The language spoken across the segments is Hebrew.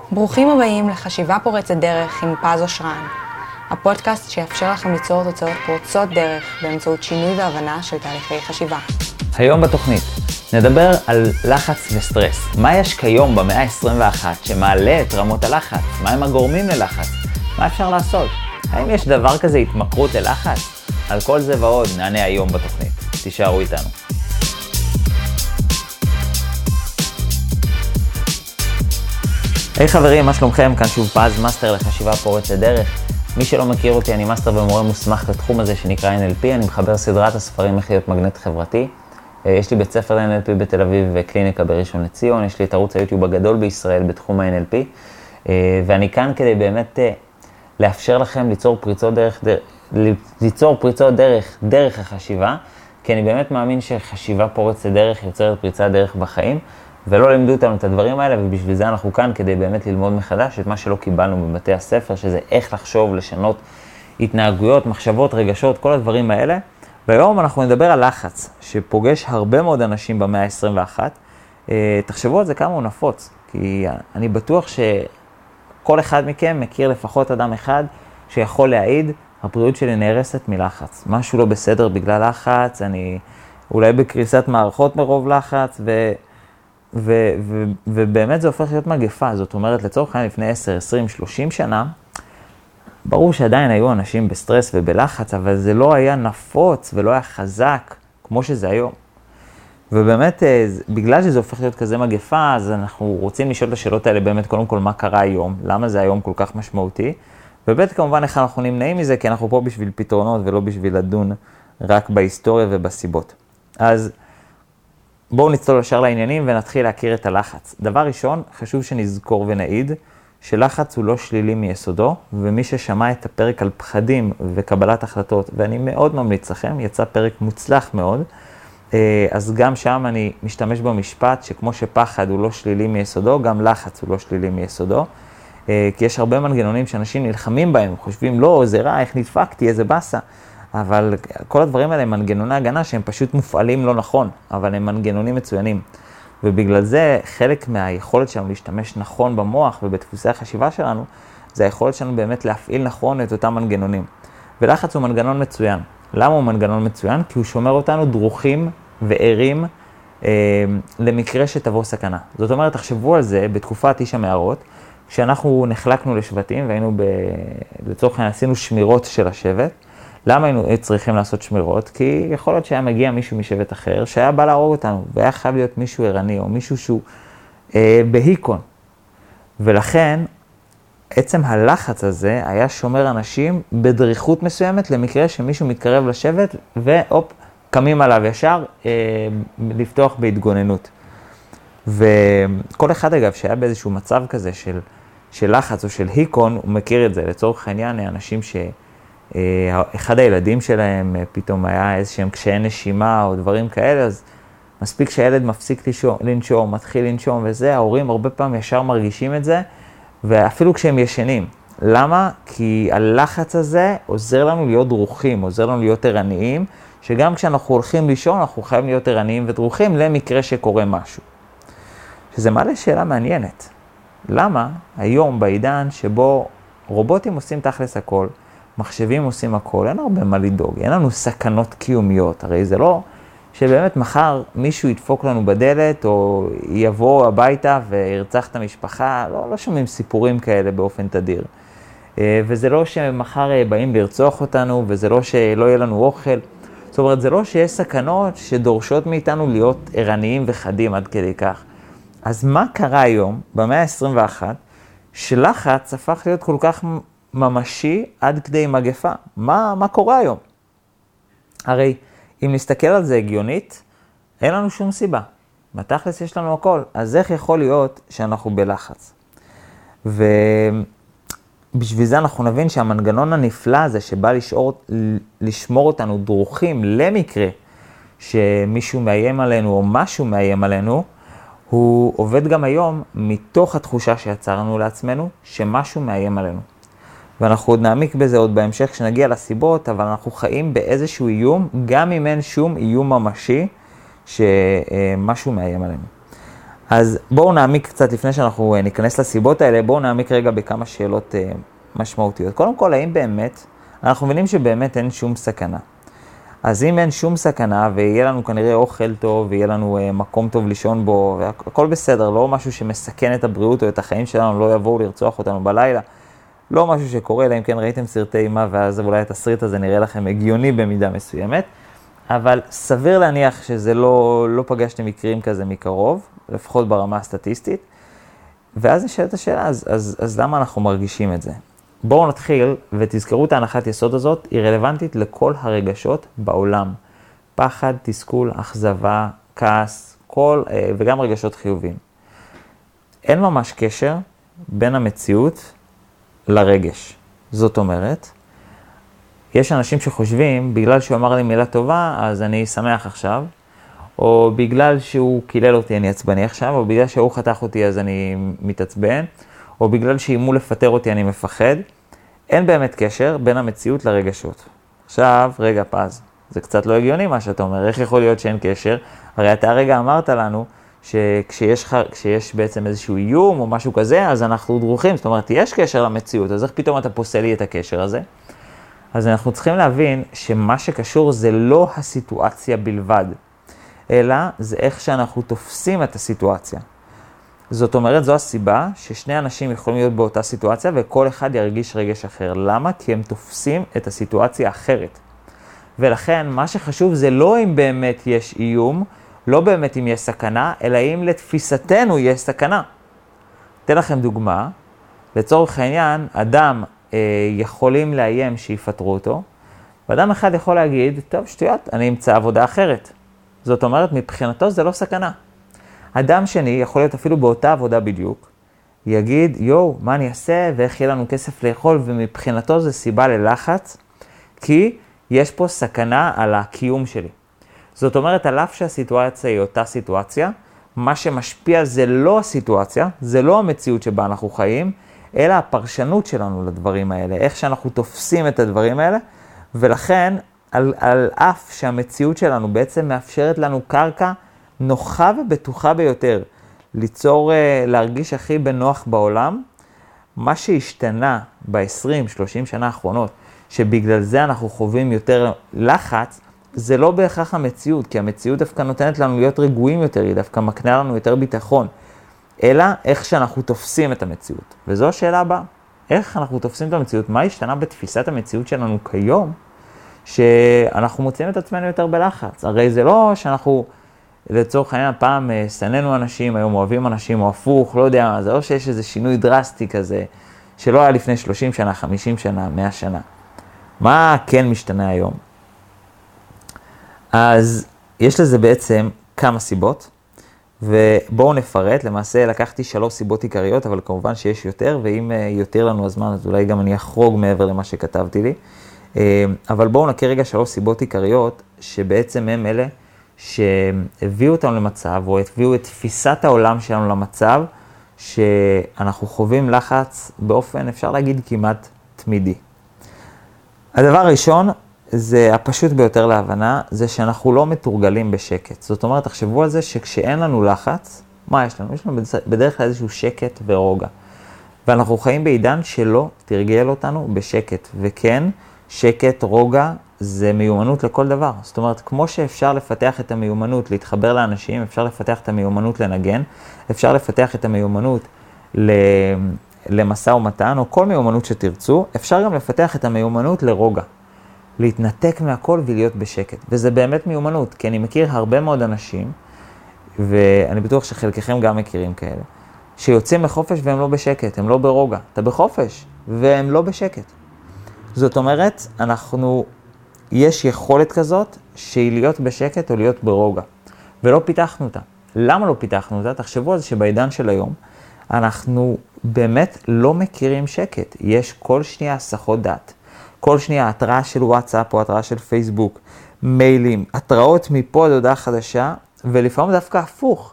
ברוכים הבאים לחשיבה פורצת דרך עם פז אושרן, הפודקאסט שיאפשר לכם ליצור תוצאות פורצות דרך באמצעות שינוי והבנה של תהליכי חשיבה. היום בתוכנית נדבר על לחץ וסטרס. מה יש כיום במאה ה-21 שמעלה את רמות הלחץ? מה הם הגורמים ללחץ? מה אפשר לעשות? האם יש דבר כזה התמכרות ללחץ? על כל זה ועוד נענה היום בתוכנית. תישארו איתנו. היי חברים, מה שלומכם? כאן שוב פז, מאסטר לחשיבה פורצת דרך. מי שלא מכיר אותי, אני מאסטר ומורה מוסמך לתחום הזה שנקרא NLP. אני מחבר סדרת הספרים איך להיות מגנט חברתי. יש לי בית ספר NLP בתל אביב וקליניקה בראשון לציון. יש לי את ערוץ היוטיוב הגדול בישראל בתחום ה-NLP. ואני כאן כדי באמת לאפשר לכם ליצור פריצות דרך החשיבה. כי אני באמת מאמין שחשיבה פורצת דרך יוצרת פריצת דרך בחיים. ולא לימדו אותנו את הדברים האלה, ובשביל זה אנחנו כאן כדי באמת ללמוד מחדש את מה שלא קיבלנו בבתי הספר, שזה איך לחשוב, לשנות התנהגויות, מחשבות, רגשות, כל הדברים האלה. והיום אנחנו נדבר על לחץ, שפוגש הרבה מאוד אנשים במאה ה-21. תחשבו על זה כמה הוא נפוץ, כי אני בטוח שכל אחד מכם מכיר לפחות אדם אחד שיכול להעיד, הבריאות שלי נהרסת מלחץ. משהו לא בסדר בגלל לחץ, אני אולי בקריסת מערכות מרוב לחץ, ובאמת זה הופך להיות מגפה. זאת אומרת, לצורך העניין לפני 10, 20, 30 שנה, ברור שעדיין היו אנשים בסטרס ובלחץ, אבל זה לא היה נפוץ ולא היה חזק כמו שזה היום. ובאמת, בגלל שזה הופך להיות כזה מגפה, אז אנחנו רוצים לשאול את השאלות האלה באמת, קודם כל, מה קרה היום? למה זה היום כל כך משמעותי? ובאמת, כמובן, איך אנחנו נמנעים מזה, כי אנחנו פה בשביל פתרונות ולא בשביל לדון רק בהיסטוריה ובסיבות. אז בואו נצלול ישר לעניינים ונתחיל להכיר את הלחץ. דבר ראשון, חשוב שנזכור ונעיד שלחץ הוא לא שלילי מיסודו, ומי ששמע את הפרק על פחדים וקבלת החלטות, ואני מאוד ממליץ לכם, יצא פרק מוצלח מאוד, אז גם שם אני משתמש במשפט שכמו שפחד הוא לא שלילי מיסודו, גם לחץ הוא לא שלילי מיסודו, כי יש הרבה מנגנונים שאנשים נלחמים בהם, חושבים לא, זה רע, איך נדפקתי, איזה בסה, אבל כל הדברים האלה הם מנגנוני הגנה שהם פשוט מופעלים לא נכון, אבל הם מנגנונים מצוינים. ובגלל זה חלק מהיכולת שלנו להשתמש נכון במוח ובדפוסי החשיבה שלנו, זה היכולת שלנו באמת להפעיל נכון את אותם מנגנונים. ולחץ הוא מנגנון מצוין. למה הוא מנגנון מצוין? כי הוא שומר אותנו דרוכים וערים למקרה שתבוא סכנה. זאת אומרת, תחשבו על זה בתקופת איש המערות, כשאנחנו נחלקנו לשבטים והיינו לצורך העניין עשינו שמירות של השבט. למה היינו צריכים לעשות שמירות? כי יכול להיות שהיה מגיע מישהו משבט אחר, שהיה בא להרוג אותנו, והיה חייב להיות מישהו ערני, או מישהו שהוא בהיקון. ולכן, עצם הלחץ הזה היה שומר אנשים בדריכות מסוימת, למקרה שמישהו מתקרב לשבט, ואופ, קמים עליו ישר, לפתוח בהתגוננות. וכל אחד אגב, שהיה באיזשהו מצב כזה של לחץ או של היקון, הוא מכיר את זה. לצורך העניין, אנשים אחד הילדים שלהם פתאום היה איזשהם קשיי נשימה או דברים כאלה, אז מספיק שהילד מפסיק לנשום, מתחיל לנשום וזה, ההורים הרבה פעמים ישר מרגישים את זה, ואפילו כשהם ישנים. למה? כי הלחץ הזה עוזר לנו להיות דרוכים, עוזר לנו להיות ערניים, שגם כשאנחנו הולכים לישון, אנחנו חייבים להיות ערניים ודרוכים למקרה שקורה משהו. שזה מעלה שאלה מעניינת. למה היום בעידן שבו רובוטים עושים תכלס הכל, מחשבים עושים הכל, אין הרבה מה לדאוג, אין לנו סכנות קיומיות, הרי זה לא שבאמת מחר מישהו ידפוק לנו בדלת, או יבוא הביתה וירצח את המשפחה, לא שומעים סיפורים כאלה באופן תדיר. וזה לא שמחר באים לרצוח אותנו, וזה לא שלא יהיה לנו אוכל, זאת אומרת, זה לא שיש סכנות שדורשות מאיתנו להיות ערניים וחדים עד כדי כך. אז מה קרה היום, במאה ה-21, שלחץ הפך להיות כל כך ממשי עד כדי מגפה? מה קורה היום? הרי אם נסתכל על זה הגיונית, אין לנו שום סיבה. בתכלס יש לנו הכל. אז איך יכול להיות שאנחנו בלחץ? ובשביל זה אנחנו נבין שהמנגנון הנפלא הזה שבא לשמור אותנו דרוכים למקרה שמישהו מאיים עלינו או משהו מאיים עלינו, הוא עובד גם היום מתוך התחושה שיצרנו לעצמנו שמשהו מאיים עלינו. ואנחנו עוד נעמיק בזה עוד בהמשך כשנגיע לסיבות, אבל אנחנו חיים באיזשהו איום, גם אם אין שום איום ממשי שמשהו מאיים עלינו. אז בואו נעמיק קצת לפני שאנחנו ניכנס לסיבות האלה, בואו נעמיק רגע בכמה שאלות משמעותיות. קודם כל, האם באמת, אנחנו מבינים שבאמת אין שום סכנה. אז אם אין שום סכנה ויהיה לנו כנראה אוכל טוב ויהיה לנו מקום טוב לישון בו, והכל בסדר, לא משהו שמסכן את הבריאות או את החיים שלנו, לא יבואו לרצוח אותנו בלילה, לא משהו שקורה, אלא אם כן ראיתם סרטי אימה ואז אולי התסריט הזה נראה לכם הגיוני במידה מסוימת, אבל סביר להניח שזה לא פגשתם מקרים כזה מקרוב, לפחות ברמה הסטטיסטית, ואז נשאלת השאלה, אז למה אנחנו מרגישים את זה? בואו נתחיל ותזכרו את ההנחת יסוד הזאת, היא רלוונטית לכל הרגשות בעולם. פחד, תסכול, אכזבה, כעס, וגם רגשות חיוביים. אין ממש קשר בין המציאות לרגש. זאת אומרת, יש אנשים שחושבים, בגלל שהוא אמר לי מילה טובה, אז אני שמח עכשיו, או בגלל שהוא קילל אותי, אני עצבני עכשיו, או בגלל שהוא חתך אותי, אז אני מתעצבן, או בגלל שאימו לפטר אותי, אני מפחד. אין באמת קשר בין המציאות לרגשות. עכשיו, רגע, פז, זה קצת לא הגיוני מה שאתה אומר, איך יכול להיות שאין קשר? הרי אתה הרגע אמרת לנו, שכשיש בעצם איזשהו איום או משהו כזה, אז אנחנו דרוכים, זאת אומרת, יש קשר למציאות, אז איך פתאום אתה פוסל לי את הקשר הזה? אז אנחנו צריכים להבין שמה שקשור זה לא הסיטואציה בלבד, אלא זה איך שאנחנו תופסים את הסיטואציה. זאת אומרת, זו הסיבה ששני אנשים יכולים להיות באותה סיטואציה וכל אחד ירגיש רגש אחר. למה? כי הם תופסים את הסיטואציה אחרת. ולכן מה שחשוב זה לא אם באמת יש איום, לא באמת אם יש סכנה, אלא אם לתפיסתנו יש סכנה. אתן לכם דוגמה, לצורך העניין, אדם יכולים לאיים שיפטרו אותו, ואדם אחד יכול להגיד, טוב, שטויות, אני אמצא עבודה אחרת. זאת אומרת, מבחינתו זה לא סכנה. אדם שני, יכול להיות אפילו באותה עבודה בדיוק, יגיד, מה אני אעשה ואיך יהיה לנו כסף לאכול, ומבחינתו זה סיבה ללחץ, כי יש פה סכנה על הקיום שלי. זאת אומרת, על אף שהסיטואציה היא אותה סיטואציה, מה שמשפיע זה לא הסיטואציה, זה לא המציאות שבה אנחנו חיים, אלא הפרשנות שלנו לדברים האלה, איך שאנחנו תופסים את הדברים האלה, ולכן, על אף שהמציאות שלנו בעצם מאפשרת לנו קרקע נוחה ובטוחה ביותר, להרגיש הכי בנוח בעולם, מה שהשתנה ב-20-30 שנה האחרונות, שבגלל זה אנחנו חווים יותר לחץ, זה לא בהכרח המציאות, כי המציאות דווקא נותנת לנו להיות רגועים יותר, היא דווקא מקנה לנו יותר ביטחון, אלא איך שאנחנו תופסים את המציאות. וזו השאלה הבאה, איך אנחנו תופסים את המציאות? מה השתנה בתפיסת המציאות שלנו כיום, שאנחנו מוצאים את עצמנו יותר בלחץ? הרי זה לא שאנחנו, לצורך העניין, פעם סננו אנשים, היום אוהבים אנשים, או הפוך, לא יודע, זה לא שיש איזה שינוי דרסטי כזה, שלא היה לפני 30 שנה, 50 שנה, 100 שנה. מה כן משתנה היום? אז יש לזה בעצם כמה סיבות, ובואו נפרט. למעשה לקחתי 3 סיבות עיקריות, אבל כמובן שיש יותר, ואם יותר לנו הזמן, אז אולי גם אני אחרוג מעבר למה שכתבתי לי. אבל בואו נכיר רגע 3 סיבות עיקריות, שבעצם הם אלה שהביאו אותנו למצב, או הביאו את תפיסת העולם שלנו למצב, שאנחנו חווים לחץ באופן, אפשר להגיד, כמעט תמידי. הדבר הראשון, זה הפשוט ביותר להבנה, זה שאנחנו לא מתורגלים בשקט. זאת אומרת, תחשבו על זה שכשאין לנו לחץ, מה יש לנו? יש לנו בדרך כלל איזשהו שקט ורוגע. ואנחנו חיים בעידן שלא תרגל אותנו בשקט. וכן, שקט, רוגע, זה מיומנות לכל דבר. זאת אומרת, כמו שאפשר לפתח את המיומנות להתחבר לאנשים, אפשר לפתח את המיומנות לנגן, אפשר לפתח את המיומנות למשא ומתן, או כל מיומנות שתרצו, אפשר גם לפתח את המיומנות לרוגע. להתנתק מהכל ולהיות בשקט. וזה באמת מיומנות, כי אני מכיר הרבה מאוד אנשים, ואני בטוח שחלקכם גם מכירים כאלה, שיוצאים לחופש והם לא בשקט, הם לא ברוגע. אתה בחופש, והם לא בשקט. זאת אומרת, יש יכולת כזאת שהיא להיות בשקט או להיות ברוגע. ולא פיתחנו אותה. למה לא פיתחנו אותה? תחשבו על זה שבעידן של היום, אנחנו באמת לא מכירים שקט. יש כל שנייה הסחות דעת. כל שנייה התראה של וואטסאפ או התראה של פייסבוק, מיילים, התראות מפה עד הודעה חדשה, ולפעמים דווקא הפוך.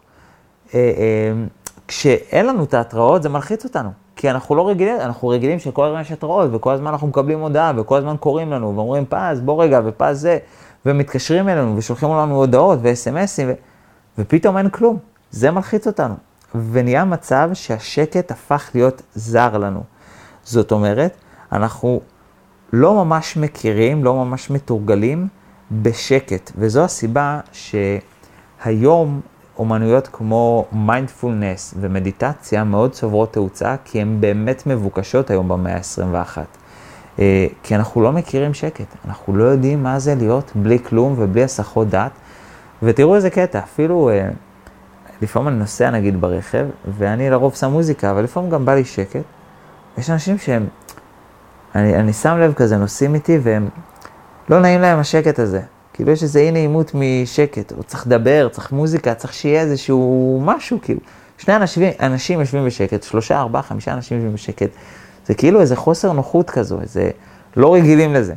כשאין לנו את ההתראות זה מלחיץ אותנו, כי אנחנו לא רגילים, אנחנו רגילים שכל הזמן יש התראות, וכל הזמן אנחנו מקבלים הודעה, וכל הזמן קוראים לנו, ואומרים פז, בוא רגע, ופז זה, ומתקשרים אלינו, ושולחים לנו הודעות ו-SMSים, ופתאום אין כלום. זה מלחיץ אותנו. ונהיה מצב שהשקט הפך להיות זר לנו. זאת אומרת, אנחנו לא ממש מכירים, לא ממש מתורגלים בשקט. וזו הסיבה שהיום אומנויות כמו מיינדפולנס ומדיטציה מאוד צוברות תאוצה, כי הן באמת מבוקשות היום במאה ה-21. כי אנחנו לא מכירים שקט, אנחנו לא יודעים מה זה להיות בלי כלום ובלי הסחות דעת. ותראו איזה קטע, אפילו לפעמים אני נוסע נגיד ברכב, ואני לרוב שם מוזיקה, אבל לפעמים גם בא לי שקט. יש אנשים שהם, אני שם לב כזה, נוסעים איתי, והם לא נעים להם השקט הזה. כאילו יש איזה אי נעימות משקט, או צריך לדבר, צריך מוזיקה, צריך שיהיה איזשהו משהו, כאילו. שני אנשים יושבים בשקט, 3, 4, 5 אנשים יושבים בשקט. זה כאילו איזה חוסר נוחות כזו, איזה לא רגילים לזה.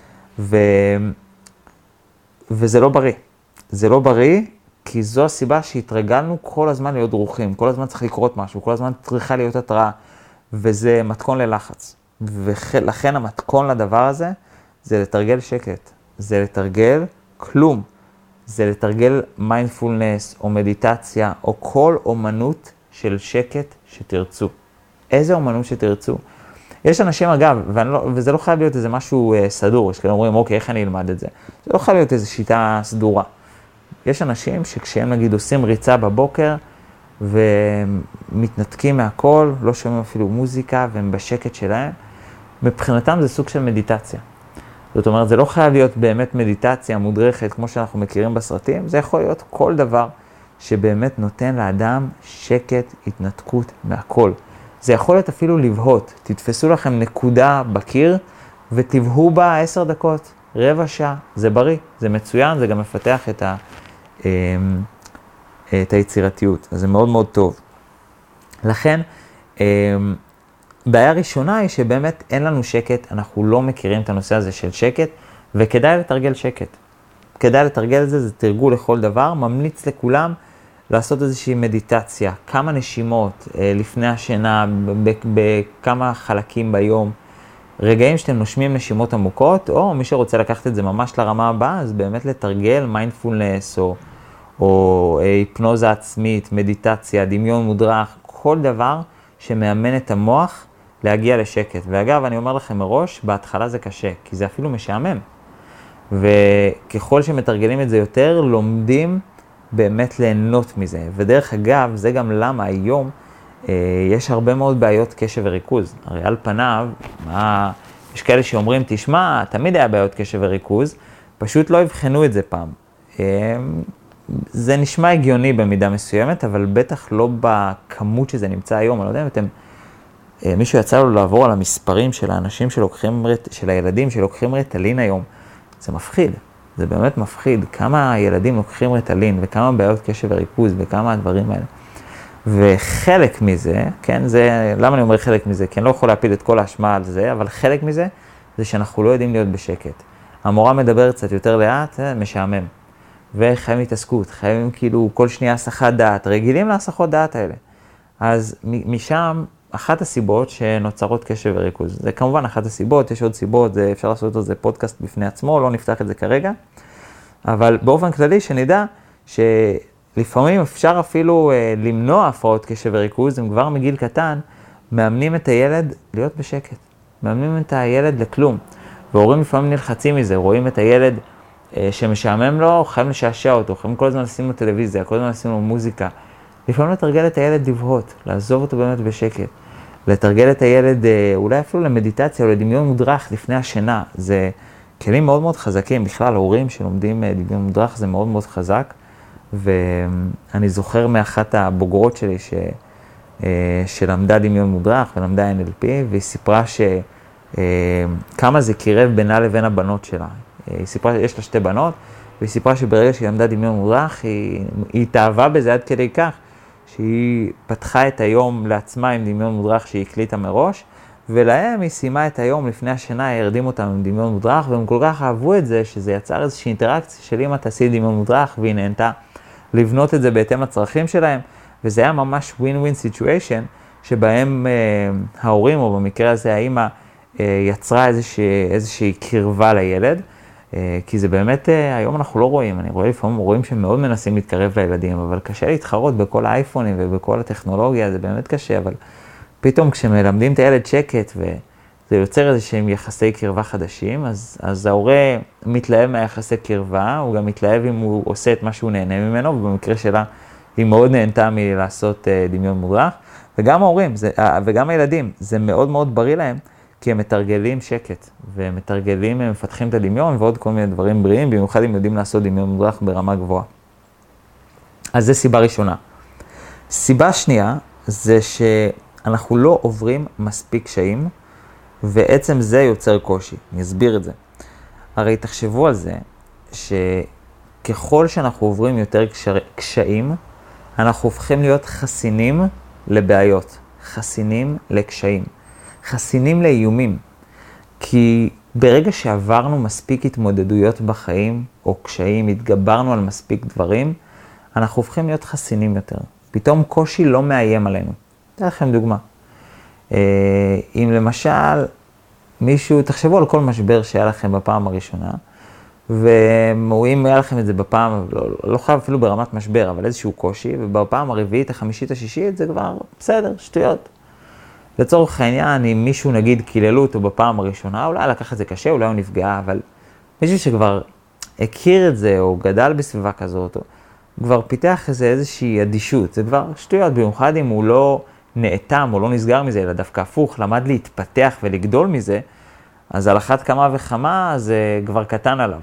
וזה לא בריא. זה לא בריא, כי זו הסיבה שהתרגלנו כל הזמן להיות דרוכים, כל הזמן צריך לקרות משהו, כל הזמן צריכה להיות התראה, וזה מתכון ללחץ. ולכן המתכון לדבר הזה, זה לתרגל שקט, זה לתרגל כלום, זה לתרגל מיינדפולנס או מדיטציה, או כל אומנות של שקט שתרצו. איזה אומנות שתרצו. יש אנשים אגב, וזה לא חייב להיות איזה משהו סדור, יש כאלה אומרים, אוקיי, איך אני אלמד את זה? זה לא חייב להיות איזו שיטה סדורה. יש אנשים שכשהם נגיד עושים ריצה בבוקר, ומתנתקים מהכל, לא שומעים אפילו מוזיקה, והם בשקט שלהם, מבחינתם זה סוג של מדיטציה. זאת אומרת, זה לא חייב להיות באמת מדיטציה מודרכת, כמו שאנחנו מכירים בסרטים, זה יכול להיות כל דבר שבאמת נותן לאדם שקט, התנתקות מהכל. זה יכול להיות אפילו לבהות. תתפסו לכם נקודה בקיר ותבהו בה 10 דקות, רבע שעה. זה בריא, זה מצוין, זה גם מפתח את היצירתיות. אז זה מאוד מאוד טוב. לכן, בעיה ראשונה היא שבאמת אין לנו שקט, אנחנו לא מכירים את הנושא הזה של שקט, וכדאי לתרגל שקט. כדאי לתרגל את זה, זה תרגול לכל דבר, ממליץ לכולם לעשות איזושהי מדיטציה, כמה נשימות לפני השינה, בכמה חלקים ביום, רגעים שאתם נושמים נשימות עמוקות, או מי שרוצה לקחת את זה ממש לרמה הבאה, אז באמת לתרגל מיינדפולנס, או היפנוזה עצמית, מדיטציה, דמיון מודרך, כל דבר שמאמן את המוח להגיע לשקט. ואגב, אני אומר לכם מראש, בהתחלה זה קשה, כי זה אפילו משעמם. וככל שמתרגלים את זה יותר, לומדים באמת ליהנות מזה. ודרך אגב, זה גם למה היום יש הרבה מאוד בעיות קשב וריכוז. הרי על פניו, יש כאלה שאומרים, תשמע, תמיד היה בעיות קשב וריכוז, פשוט לא הבחנו את זה פעם. זה נשמע הגיוני במידה מסוימת, אבל בטח לא בכמות שזה נמצא היום. אני לא יודע אם אתם, מישהו יצא לו לעבור על המספרים של האנשים שלוקחים, של הילדים שלוקחים ריטלין היום. זה מפחיד, זה באמת מפחיד. כמה ילדים לוקחים ריטלין, וכמה בעיות קשב וריכוז, וכמה הדברים האלה. וחלק מזה, כן, זה, למה אני אומר חלק מזה? כי אני לא יכול להפיל את כל האשמה על זה, אבל חלק מזה, זה שאנחנו לא יודעים להיות בשקט. המורה מדבר קצת יותר לאט, משעמם. וחיים התעסקות, חיים כאילו כל שנייה הסחת דעת, רגילים להסחות דעת האלה. אז משם, אחת הסיבות שנוצרות קשב וריכוז. זה כמובן אחת הסיבות, יש עוד סיבות, אפשר לעשות את זה פודקאסט בפני עצמו, לא נפתח את זה כרגע. אבל באופן כללי שנדע שלפעמים אפשר אפילו למנוע הפרעות קשב וריכוז, הם כבר מגיל קטן מאמנים את הילד להיות בשקט. מאמנים את הילד לכלום. והורים לפעמים נלחצים מזה, רואים את הילד שמשעמם לו, חייבים לשעשע אותו, חייבים כל הזמן לשים לו טלוויזיה, כל הזמן לשים לו מוזיקה. לפעמים לתרגל את הילד לבהות, לעזוב אותו באמת בשקט. לתרגל את הילד אולי אפילו למדיטציה או לדמיון מודרך לפני השינה. זה כלים מאוד מאוד חזקים. בכלל, הורים שלומדים דמיון מודרך זה מאוד מאוד חזק. ואני זוכר מאחת הבוגרות שלי שלמדה דמיון מודרך ולמדה NLP, והיא סיפרה כמה זה קירב בינה לבין הבנות שלה. היא סיפרה, יש לה 2 בנות, והיא סיפרה שברגע שהיא למדה דמיון מודרך, היא התאהבה בזה עד כדי כך, שהיא פתחה את היום לעצמה עם דמיון מודרך שהיא הקליטה מראש, ולהם היא סיימה את היום לפני השינה, היא הרדים אותם עם דמיון מודרך, והם כל כך אהבו את זה, שזה יצר איזושהי אינטראקציה של אמא תעשי דמיון מודרך, והיא נהנתה לבנות את זה בהתאם לצרכים שלהם, וזה היה ממש win-win situation, שבהם ההורים, או במקרה הזה האמא, יצרה איזושהי קרבה לילד, כי זה באמת, היום אנחנו לא רואים, אני רואה לפעמים רואים שהם מאוד מנסים להתקרב לילדים, אבל קשה להתחרות בכל האייפונים ובכל הטכנולוגיה, זה באמת קשה, אבל פתאום כשמלמדים את הילד שקט וזה יוצר איזה שהם יחסי קרבה חדשים, אז ההורה מתלהב מהיחסי קרבה, הוא גם מתלהב אם הוא עושה את מה שהוא נהנה ממנו, ובמקרה שלה היא מאוד נהנתה מלעשות דמיון מודרך, וגם ההורים וגם הילדים, זה מאוד מאוד בריא להם, כי הם מתרגלים שקט, ומתרגלים, הם מפתחים את הדמיון ועוד כל מיני דברים בריאים, במיוחד הם יודעים לעשות דמיון מודרך ברמה גבוהה. אז זה סיבה ראשונה. סיבה שנייה, זה שאנחנו לא עוברים מספיק קשיים, ועצם זה יוצר קושי. אני אסביר את זה. הרי תחשבו על זה, שככל שאנחנו עוברים יותר קשיים, אנחנו הופכים להיות חסינים לבעיות, חסינים לקשיים. חסינים לאיומים, כי ברגע שעברנו מספיק התמודדויות בחיים, או קשיים, התגברנו על מספיק דברים, אנחנו הופכים להיות חסינים יותר. פתאום קושי לא מאיים עלינו. אתן לכם דוגמה. אם למשל, מישהו, תחשבו על כל משבר שהיה לכם בפעם הראשונה, ואם היה לכם את זה בפעם, לא חייב אפילו ברמת משבר, אבל איזשהו קושי, ובפעם הרביעית, החמישית, השישית, זה כבר בסדר, שטויות. לצורך העניין, אם מישהו נגיד קיללו אותו בפעם הראשונה, אולי לקח את זה קשה, אולי הוא נפגע, אבל מישהו שכבר הכיר את זה, או גדל בסביבה כזאת, הוא כבר פיתח איזושהי אדישות, זה כבר שטויות, במיוחד אם הוא לא נאטם או לא נסגר מזה, אלא דווקא הפוך, למד להתפתח ולגדול מזה, אז על אחת כמה וכמה זה כבר קטן עליו.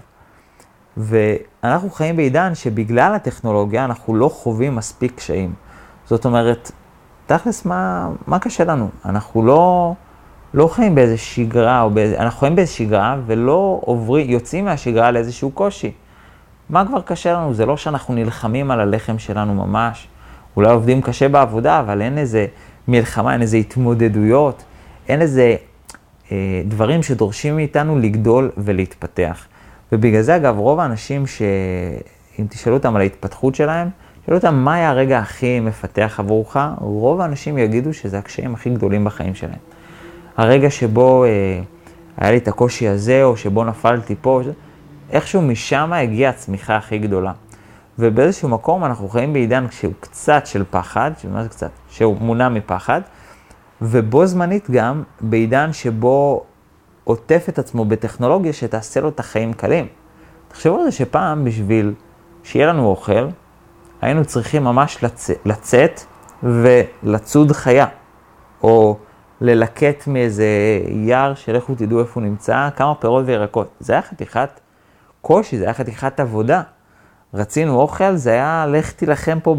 ואנחנו חיים בעידן שבגלל הטכנולוגיה אנחנו לא חווים מספיק קשיים. זאת אומרת, תכלס, מה קשה לנו? אנחנו לא חיים באיזה שגרה, אנחנו חיים באיזה שגרה ולא יוצאים מהשגרה לאיזשהו קושי. מה כבר קשה לנו? זה לא שאנחנו נלחמים על הלחם שלנו ממש. אולי עובדים קשה בעבודה, אבל אין איזה מלחמה, אין איזה התמודדויות, אין איזה דברים שדורשים מאיתנו לגדול ולהתפתח. ובגלל זה, אגב, רוב האנשים אם תשאלו אותם על ההתפתחות שלהם, תשאלו אותם מה היה הרגע הכי מפתח עבורך, רוב האנשים יגידו שזה הקשיים הכי גדולים בחיים שלהם. הרגע שבו היה לי את הקושי הזה, או שבו נפלתי פה, איכשהו משם הגיעה הצמיחה הכי גדולה. ובאיזשהו מקום אנחנו חיים בעידן שהוא קצת של פחד, מה זה קצת? שהוא מונע מפחד, ובו זמנית גם בעידן שבו עוטף את עצמו בטכנולוגיה שתעשה לו את החיים קלים. תחשבו על זה שפעם בשביל שיהיה לנו אוכל, היינו צריכים ממש לצאת ולצוד חיה, או ללקט מאיזה יער שלכו תדעו איפה הוא נמצא, כמה פירות וירקות. זה היה חתיכת קושי, זה היה חתיכת עבודה. רצינו אוכל, זה היה לך תילחם פה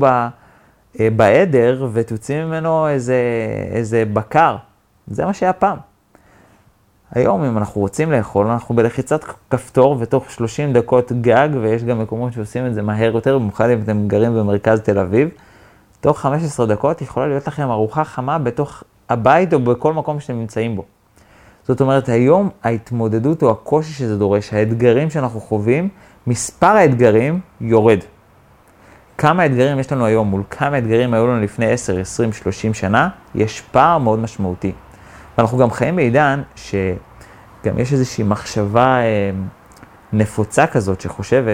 בעדר ותוציא ממנו איזה בקר. זה מה שהיה פעם. היום אם אנחנו רוצים לאכול, אנחנו בלחיצת כפתור ותוך 30 דקות גג, ויש גם מקומות שעושים את זה מהר יותר, במיוחד אם אתם גרים במרכז תל אביב, תוך 15 דקות יכולה להיות לכם ארוחה חמה בתוך הבית או בכל מקום שאתם נמצאים בו. זאת אומרת, היום ההתמודדות או הקושי שזה דורש, האתגרים שאנחנו חווים, מספר האתגרים יורד. כמה אתגרים יש לנו היום מול כמה אתגרים היו לנו לפני 10, 20, 30 שנה, יש פער מאוד משמעותי. ואנחנו גם חיים בעידן שגם יש איזושהי מחשבה נפוצה כזאת שחושבת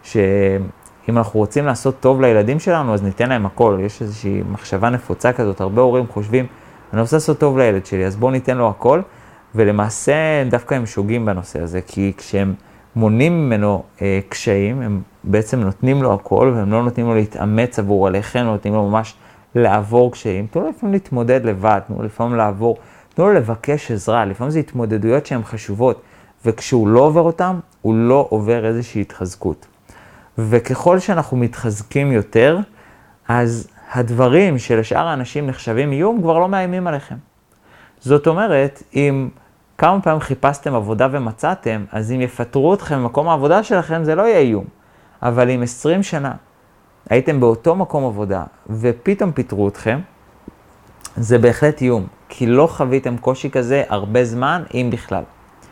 שאם אנחנו רוצים לעשות טוב לילדים שלנו, אז ניתן להם הכל. יש איזושהי מחשבה נפוצה כזאת, הרבה הורים חושבים, אני רוצה לעשות טוב לילד שלי, אז בואו ניתן לו הכל, ולמעשה דווקא הם שוגים בנושא הזה, כי כשהם מונים ממנו קשיים, הם בעצם נותנים לו הכל, והם לא נותנים לו להתאמץ עבור הלחם, לא נותנים לו ממש לעבור קשיים. תנו לו לפעמים להתמודד לבד, תנו לו לפעמים לעבור, תנו לו לבקש עזרה, לפעמים זה התמודדויות שהן חשובות, וכשהוא לא עובר אותם, הוא לא עובר איזושהי התחזקות. וככל שאנחנו מתחזקים יותר, אז הדברים שלשאר האנשים נחשבים איום, כבר לא מאיימים עליכם. זאת אומרת, אם כמה פעמים חיפשתם עבודה ומצאתם, אז אם יפטרו אתכם במקום העבודה שלכם, זה לא יהיה איום. אבל אם 20 שנה הייתם באותו מקום עבודה, ופתאום פיטרו אתכם, זה בהחלט איום, כי לא חוויתם קושי כזה הרבה זמן, אם בכלל.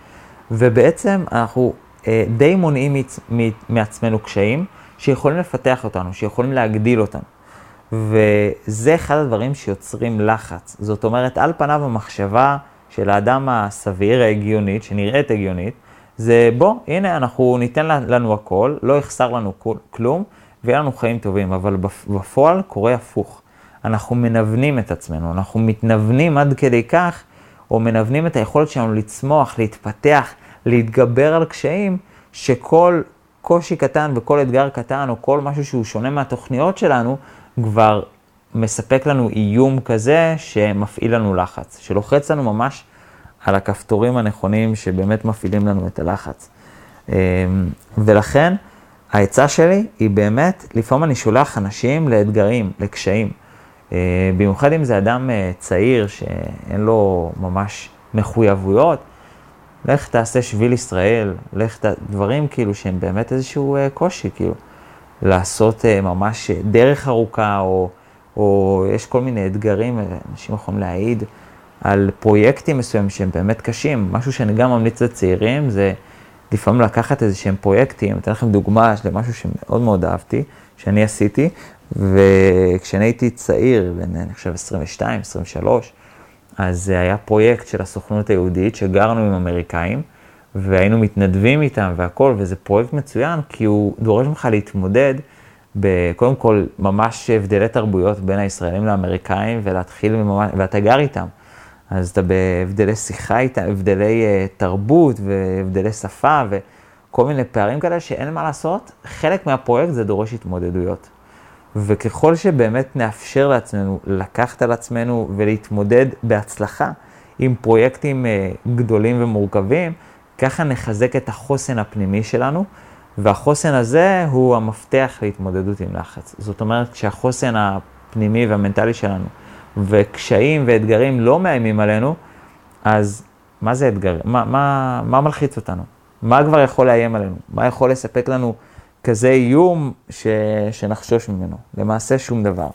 ובעצם אנחנו די מונעים מעצמנו קשיים, שיכולים לפתח אותנו, שיכולים להגדיל אותנו. וזה אחד הדברים שיוצרים לחץ. זאת אומרת, על פניו המחשבה של האדם הסביר, ההגיונית, שנראית הגיונית, זה הנה אנחנו ניתן לנו הכל, לא יחסר לנו כלום, ויהיה לנו חיים טובים, אבל בפועל קורה הפוך. אנחנו מנוונים את עצמנו, אנחנו מתנוונים עד כדי כך, או מנוונים את היכולת שלנו לצמוח, להתפתח, להתגבר על קשיים, שכל קושי קטן וכל אתגר קטן, או כל משהו שהוא שונה מהתוכניות שלנו, כבר מספק לנו איום כזה שמפעיל לנו לחץ, שלוחץ לנו ממש על הכפתורים הנכונים שבאמת מפעילים לנו את הלחץ. ולכן העצה שלי היא באמת, לפעמים אני שולח אנשים לאתגרים, לקשיים. במיוחד אם זה אדם צעיר שאין לו ממש מחויבויות, לך תעשה שביל ישראל, דברים כאילו שהם באמת איזשהו קושי, כאילו לעשות ממש דרך ארוכה, או יש כל מיני אתגרים, אנשים יכולים להעיד על פרויקטים מסוימים שהם באמת קשים. משהו שאני גם ממליץ לצעירים זה לפעמים לקחת איזה שהם פרויקטים. אתן לכם דוגמה למשהו שמאוד מאוד אהבתי, שאני עשיתי, וכשאני הייתי צעיר, אני חושב 22, 23, אז זה היה פרויקט של הסוכנות היהודית שגרנו עם אמריקאים, והיינו מתנדבים איתם והכל, וזה פרויקט מצוין, כי הוא דורש ממך להתמודד קודם כל ממש הבדלי תרבויות בין הישראלים לאמריקאים, ואתה גר איתם. אז אתה בהבדלי שיחה איתם, הבדלי תרבות והבדלי שפה וכל מיני פערים כאלה שאין מה לעשות. חלק מהפרויקט זה דורש התמודדויות. וככל שבאמת נאפשר לעצמנו לקחת על עצמנו ולהתמודד בהצלחה עם פרויקטים גדולים ומורכבים, ככה נחזק את החוסן הפנימי שלנו, והחוסן הזה הוא המפתח להתמודדות עם לחץ. זאת אומרת, כשהחוסן הפנימי והמנטלי שלנו וקשיים ואתגרים לא מאיימים עלינו, אז מה זה אתגר? מה מלחיץ אותנו? מה כבר יכול לאיים עלינו? מה יכול לספק לנו כזה איום שנחשוש ממנו? למעשה שום דבר.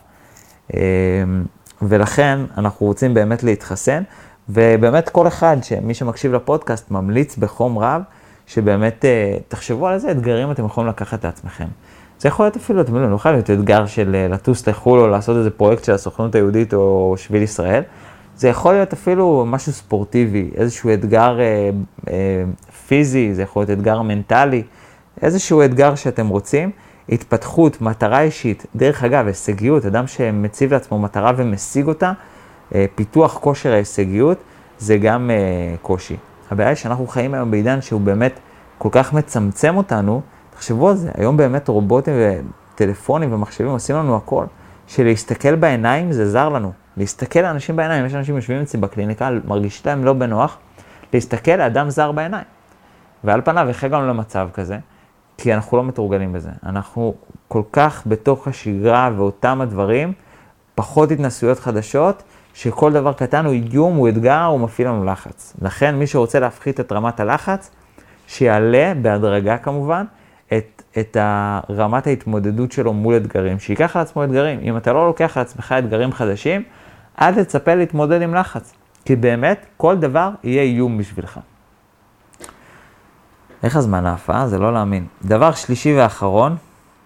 ולכן אנחנו רוצים באמת להתחסן, ובאמת כל אחד, מי שמקשיב לפודקאסט, ממליץ בחום רב, שבאמת תחשבו על איזה אתגרים אתם יכולים לקחת לעצמכם. זה יכול להיות אפילו, אתם יודעים, לא יכול להיות אתגר של לטוס לחו"ל או לעשות איזה פרויקט של הסוכנות היהודית או שביל ישראל. זה יכול להיות אפילו משהו ספורטיבי, איזשהו אתגר פיזי, זה יכול להיות אתגר מנטלי, איזשהו אתגר שאתם רוצים, התפתחות, מטרה אישית, דרך אגב, הישגיות, אדם שמציב לעצמו מטרה ומשיג אותה, פיתוח כושר ההישגיות, זה גם קושי. הבעיה היא שאנחנו חיים היום בעידן שהוא באמת כל כך מצמצם אותנו, תחשבו על זה, היום באמת רובוטים וטלפונים ומחשבים עושים לנו הכל, שלהסתכל בעיניים זה זר לנו, להסתכל לאנשים בעיניים, יש אנשים יושבים אצלי בקליניקה, מרגיש להם לא בנוח, להסתכל לאדם זר בעיניים. ועל פניו הגענו למצב כזה, כי אנחנו לא מתורגלים בזה. אנחנו כל כך בתוך השגרה ואותם הדברים, פחות התנסויות חדשות, שכל דבר קטן הוא איום, הוא אתגר, הוא מפעיל לנו לחץ. לכן מי שרוצה להפחית את רמת הלחץ, שיעלה בהדרגה כמובן, את רמת ההתמודדות שלו מול אתגרים, שיקח על עצמו אתגרים. אם אתה לא לוקח על עצמך אתגרים חדשים, אל תצפה להתמודד עם לחץ. כי באמת כל דבר יהיה איום בשבילך. איך הזמן ההפעה? זה לא להאמין. דבר שלישי ואחרון,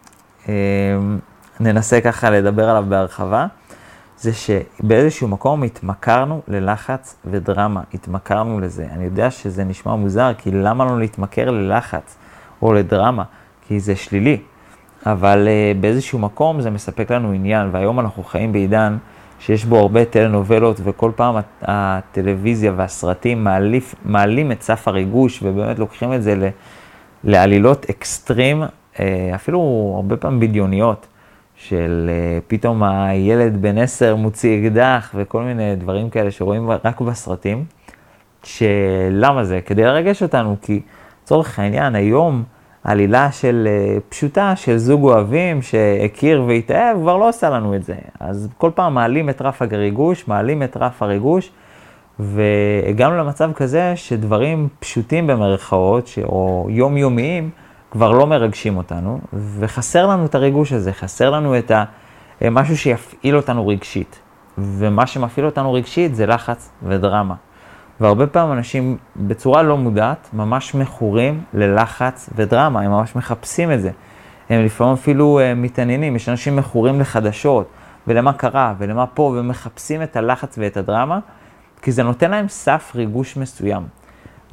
ננסה ככה לדבר עליו בהרחבה, זה שבאיזשהו מקום התמכרנו ללחץ ודרמה, התמכרנו לזה. אני יודע שזה נשמע מוזר, כי למה לא להתמכר ללחץ או לדרמה? כי זה שלילי. אבל באיזשהו מקום זה מספק לנו עניין, והיום אנחנו חיים בעידן שיש בו הרבה טלנובלות, וכל פעם הטלוויזיה והסרטים מעלים את סף הריגוש, ובאמת לוקחים את זה לעלילות אקסטרים, אפילו הרבה פעמים בדיוניות, של פתאום הילד בן 10 מוציא אקדח, וכל מיני דברים כאלה שרואים רק בסרטים, שלמה זה? כדי לרגש אותנו, כי צורך העניין היום, עלילה של פשוטה של זוג אוהבים שהכיר והתאהב, כבר לא עושה לנו את זה. אז כל פעם מעלים את רף הריגוש, מעלים את רף הריגוש, והגענו למצב כזה שדברים פשוטים במרכאות, או יומיומיים, כבר לא מרגשים אותנו, וחסר לנו את הריגוש הזה, חסר לנו את משהו שיפעיל אותנו רגשית. ומה שמפעיל אותנו רגשית זה לחץ ודרמה. והרבה פעמים אנשים בצורה לא מודעת ממש מכורים ללחץ ודרמה, הם ממש מחפשים את זה. הם לפעמים אפילו מתעניינים, יש אנשים מכורים לחדשות ולמה קרה ולמה פה, ומחפשים את הלחץ ואת הדרמה, כי זה נותן להם סף ריגוש מסוים.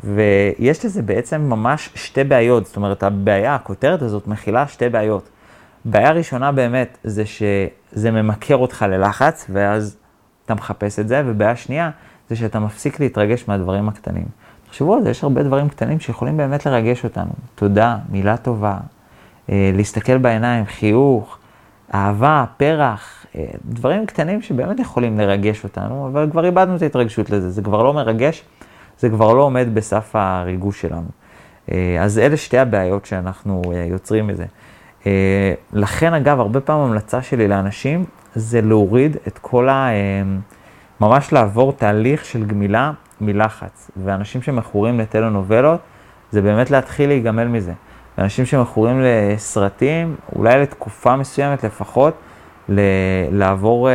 ויש לזה בעצם ממש שתי בעיות, זאת אומרת, הבעיה, הכותרת הזאת מכילה שתי בעיות. בעיה ראשונה באמת זה שזה ממכר אותך ללחץ, ואז אתה מחפש את זה, ובעיה שנייה זה שאתה מפסיק להתרגש מהדברים הקטנים. תחשבו על זה, יש הרבה דברים קטנים שיכולים באמת לרגש אותנו. תודה, מילה טובה, להסתכל בעיניים, חיוך, אהבה, פרח, דברים קטנים שבאמת יכולים לרגש אותנו, אבל כבר איבדנו את ההתרגשות לזה, זה כבר לא מרגש, זה כבר לא עומד בסף הריגוש שלנו. אז אלה שתי הבעיות שאנחנו יוצרים מזה. לכן אגב, הרבה פעמים המלצה שלי לאנשים זה להוריד את כל ממש לעבור תהליך של גמילה מלחץ. ואנשים שמכורים לטלנובלות, זה באמת להתחיל להיגמל מזה. ואנשים שמכורים לסרטים, אולי לתקופה מסוימת לפחות, לעבור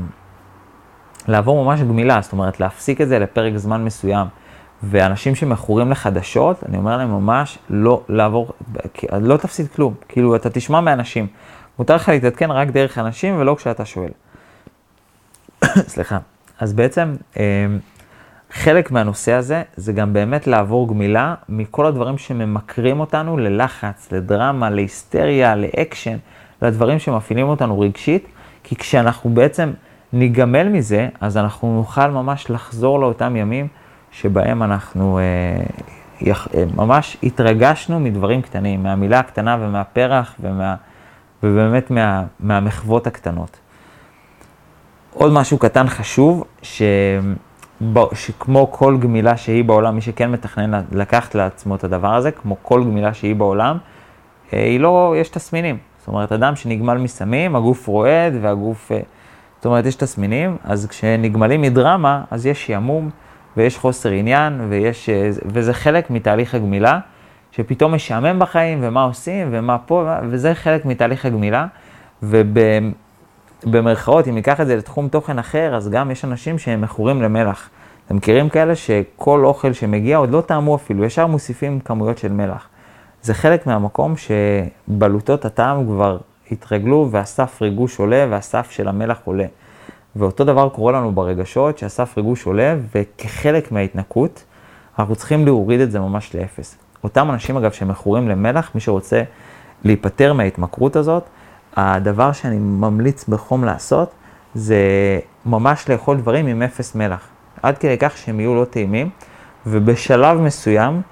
ממש גמילה, זאת אומרת להפסיק את זה לפרק זמן מסוים. ואנשים שמכורים לחדשות, אני אומר להם ממש לא לעבור, לא תפסיד כלום. כאילו אתה תשמע מאנשים. מותר לך להתעדכן רק דרך אנשים ולא כשאתה שואל. סליחה. אז בעצם חלק מהנושא הזה זה גם באמת לעבור גמילה מכל הדברים שממכרים אותנו ללחץ, לדרמה, להיסטריה, לאקשן, לדברים שמפעילים אותנו רגשית, כי כשאנחנו בעצם ניגמל מזה, אז אנחנו נוכל ממש לחזור לאותם ימים שבהם אנחנו ממש התרגשנו מדברים קטנים, מהמילה הקטנה ומהפרח ובאמת מהמחוות הקטנות. עוד משהו קטן חשוב, שכמו כל גמילה שהיא בעולם, מי שכן מתכנן לקחת לעצמו את הדבר הזה, כמו כל גמילה שהיא בעולם, יש תסמינים. זאת אומרת, אדם שנגמל מסמים, הגוף רועד והגוף, זאת אומרת, יש תסמינים, אז כשנגמלים מדרמה, אז יש שעמום ויש חוסר עניין, וזה חלק מתהליך הגמילה, שפתאום משעמם בחיים, ומה עושים, ומה פה, וזה חלק מתהליך הגמילה, במרכאות, אם ניקח את זה לתחום תוכן אחר, אז גם יש אנשים שהם מכורים למלח. אתם מכירים כאלה שכל אוכל שמגיע עוד לא טעמו אפילו, ישר מוסיפים כמויות של מלח. זה חלק מהמקום שבלוטות הטעם כבר התרגלו, והסף ריגוש עולה, והסף של המלח עולה. ואותו דבר קורה לנו ברגשות, שהסף ריגוש עולה, וכחלק מההתנקות, אנחנו צריכים להוריד את זה ממש לאפס. אותם אנשים אגב שמכורים למלח, מי שרוצה להיפטר מההתמכרות הזאת, הדבר שאני ממליץ בחום לעשות, זה ממש לאכול דברים עם אפס מלח. עד כדי כך שהם יהיו לא טעימים, ובשלב מסוים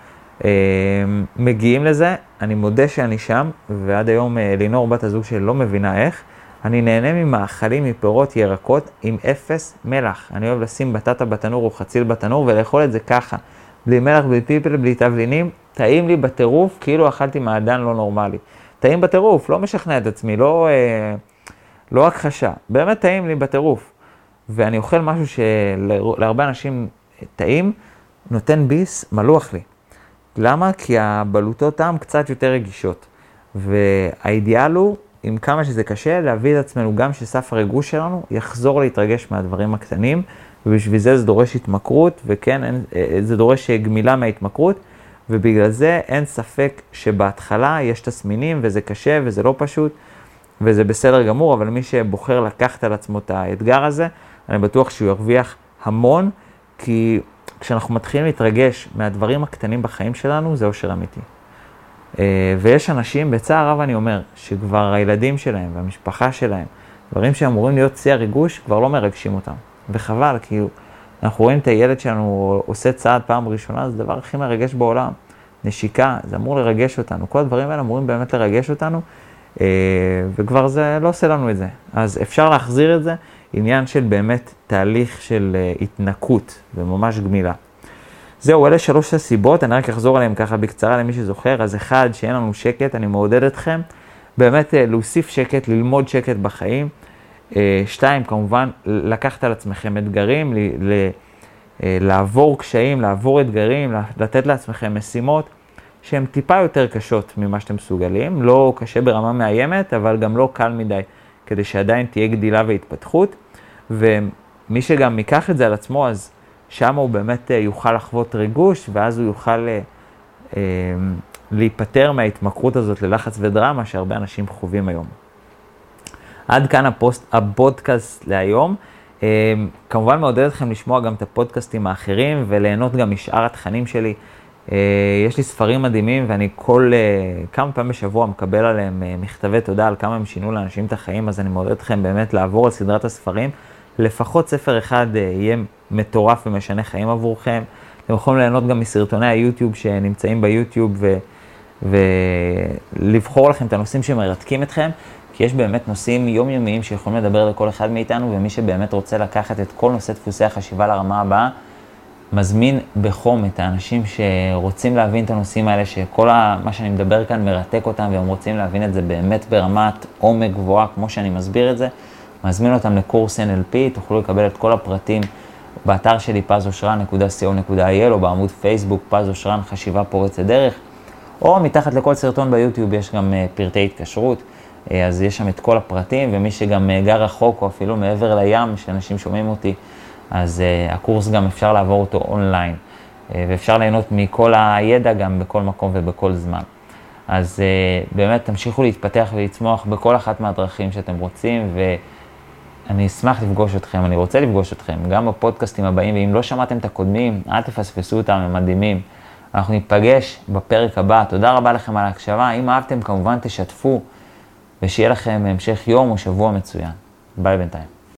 מגיעים לזה, אני מודה שאני שם, ועד היום לינור בת הזוג שלי לא מבינה איך, אני נהנה ממאכלים, מפירות, ירקות עם אפס מלח. אני אוהב לשים בטטה בתנור או חציל בתנור ולאכול את זה ככה. בלי מלח, בלי פיפל, בלי תבלינים, טעים לי בטירוף, כאילו אכלתי מעדן לא נורמלי. טעים בטירוף, לא משכנע את עצמי, לא הכחשה. באמת טעים לי בטירוף. ואני אוכל משהו שלהרבה אנשים טעים, נותן ביס, מלוח לי. למה? כי הבלוטות טעם קצת יותר רגישות. והאידיאל הוא, עם כמה שזה קשה, להביא את עצמנו גם שסף הריגוש שלנו יחזור להתרגש מהדברים הקטנים, ובשביל זה דורש התמכרות, וכן, זה דורש גמילה מההתמכרות, ובגלל זה אין ספק שבהתחלה יש תסמינים, וזה קשה, וזה לא פשוט, וזה בסדר גמור, אבל מי שבוחר לקחת על עצמו את האתגר הזה, אני בטוח שהוא ירוויח המון, כי כשאנחנו מתחילים להתרגש מהדברים הקטנים בחיים שלנו, זה אושר אמיתי. ויש אנשים, בצער רב אני אומר, שכבר הילדים שלהם והמשפחה שלהם, דברים שאמורים להיות שיא הריגוש, כבר לא מרגשים אותם. וחבל, כי אנחנו רואים את הילד שלנו עושה צעד פעם ראשונה, זה הדבר הכי מרגש בעולם. נשיקה, זה אמור לרגש אותנו. כל הדברים האלה אמורים באמת לרגש אותנו, וכבר זה לא עושה לנו את זה. אז אפשר להחזיר את זה, עניין של באמת תהליך של התנקות וממש גמילה. זהו, אלה 3 הסיבות, אני רק אחזור עליהם ככה בקצרה למי שזוכר. אז 1, שאין לנו שקט, אני מעודד אתכם, באמת להוסיף שקט, ללמוד שקט בחיים. 2, כמובן, לקחת על עצמכם אתגרים, לעבור קשיים, לעבור אתגרים, לתת לעצמכם משימות שהן טיפה יותר קשות ממה שאתם מסוגלים, לא קשה ברמה מאיימת, אבל גם לא קל מדי, כדי שעדיין תהיה גדילה והתפתחות. ומי שגם ייקח את זה על עצמו, אז שם הוא באמת יוכל לחוות ריגוש, ואז הוא יוכל להיפטר מההתמכרות הזאת ללחץ ודרמה שהרבה אנשים חווים היום. עד כאן הפודקאסט להיום. כמובן מעודד אתכם לשמוע גם את הפודקאסטים האחרים, וליהנות גם משאר התכנים שלי. יש לי ספרים מדהימים ואני כמה פעמים בשבוע מקבל עליהם מכתבי תודה על כמה הם שינו לאנשים את החיים, אז אני מעודד אתכם באמת לעבור על סדרת הספרים. לפחות ספר אחד יהיה מטורף ומשנה חיים עבורכם. אתם יכולים ליהנות גם מסרטוני היוטיוב שנמצאים ביוטיוב ולבחור לכם את הנושאים שמרתקים אתכם, כי יש באמת נושאים יומיומיים שיכולים לדבר לכל אחד מאיתנו, ומי שבאמת רוצה לקחת את כל נושא דפוסי החשיבה לרמה הבאה, מזמין בחום את האנשים שרוצים להבין את הנושאים האלה, שכל מה שאני מדבר כאן מרתק אותם, והם רוצים להבין את זה באמת ברמת עומק גבוהה, כמו שאני מסביר את זה. מזמין אותם לקורס NLP, תוכלו לקבל את כל הפרטים באתר שלי pazoshran.co.il, או בעמוד פייסבוק פז אושרן חשיבה פורצת דרך, או מתחת לכל סרטון ביוטיוב יש גם פרטי התקשרות, אז יש שם את כל הפרטים, ומי שגם גר רחוק או אפילו מעבר לים, שאנשים שומעים אותי, אז הקורס גם אפשר לעבור אותו אונליין, ואפשר ליהנות מכל הידע גם בכל מקום ובכל זמן. אז באמת תמשיכו להתפתח ולצמוח בכל אחת מהדרכים שאתם רוצים, ואני אשמח לפגוש אתכם, אני רוצה לפגוש אתכם, גם בפודקאסטים הבאים, ואם לא שמעתם את הקודמים, אל תפספסו אותם, הם מדהימים. אנחנו ניפגש בפרק הבא, תודה רבה לכם על ההקשבה, אם אהבתם כמובן תשתפו, ושיהיה לכם המשך יום או שבוע מצוין. ביי בינתיים.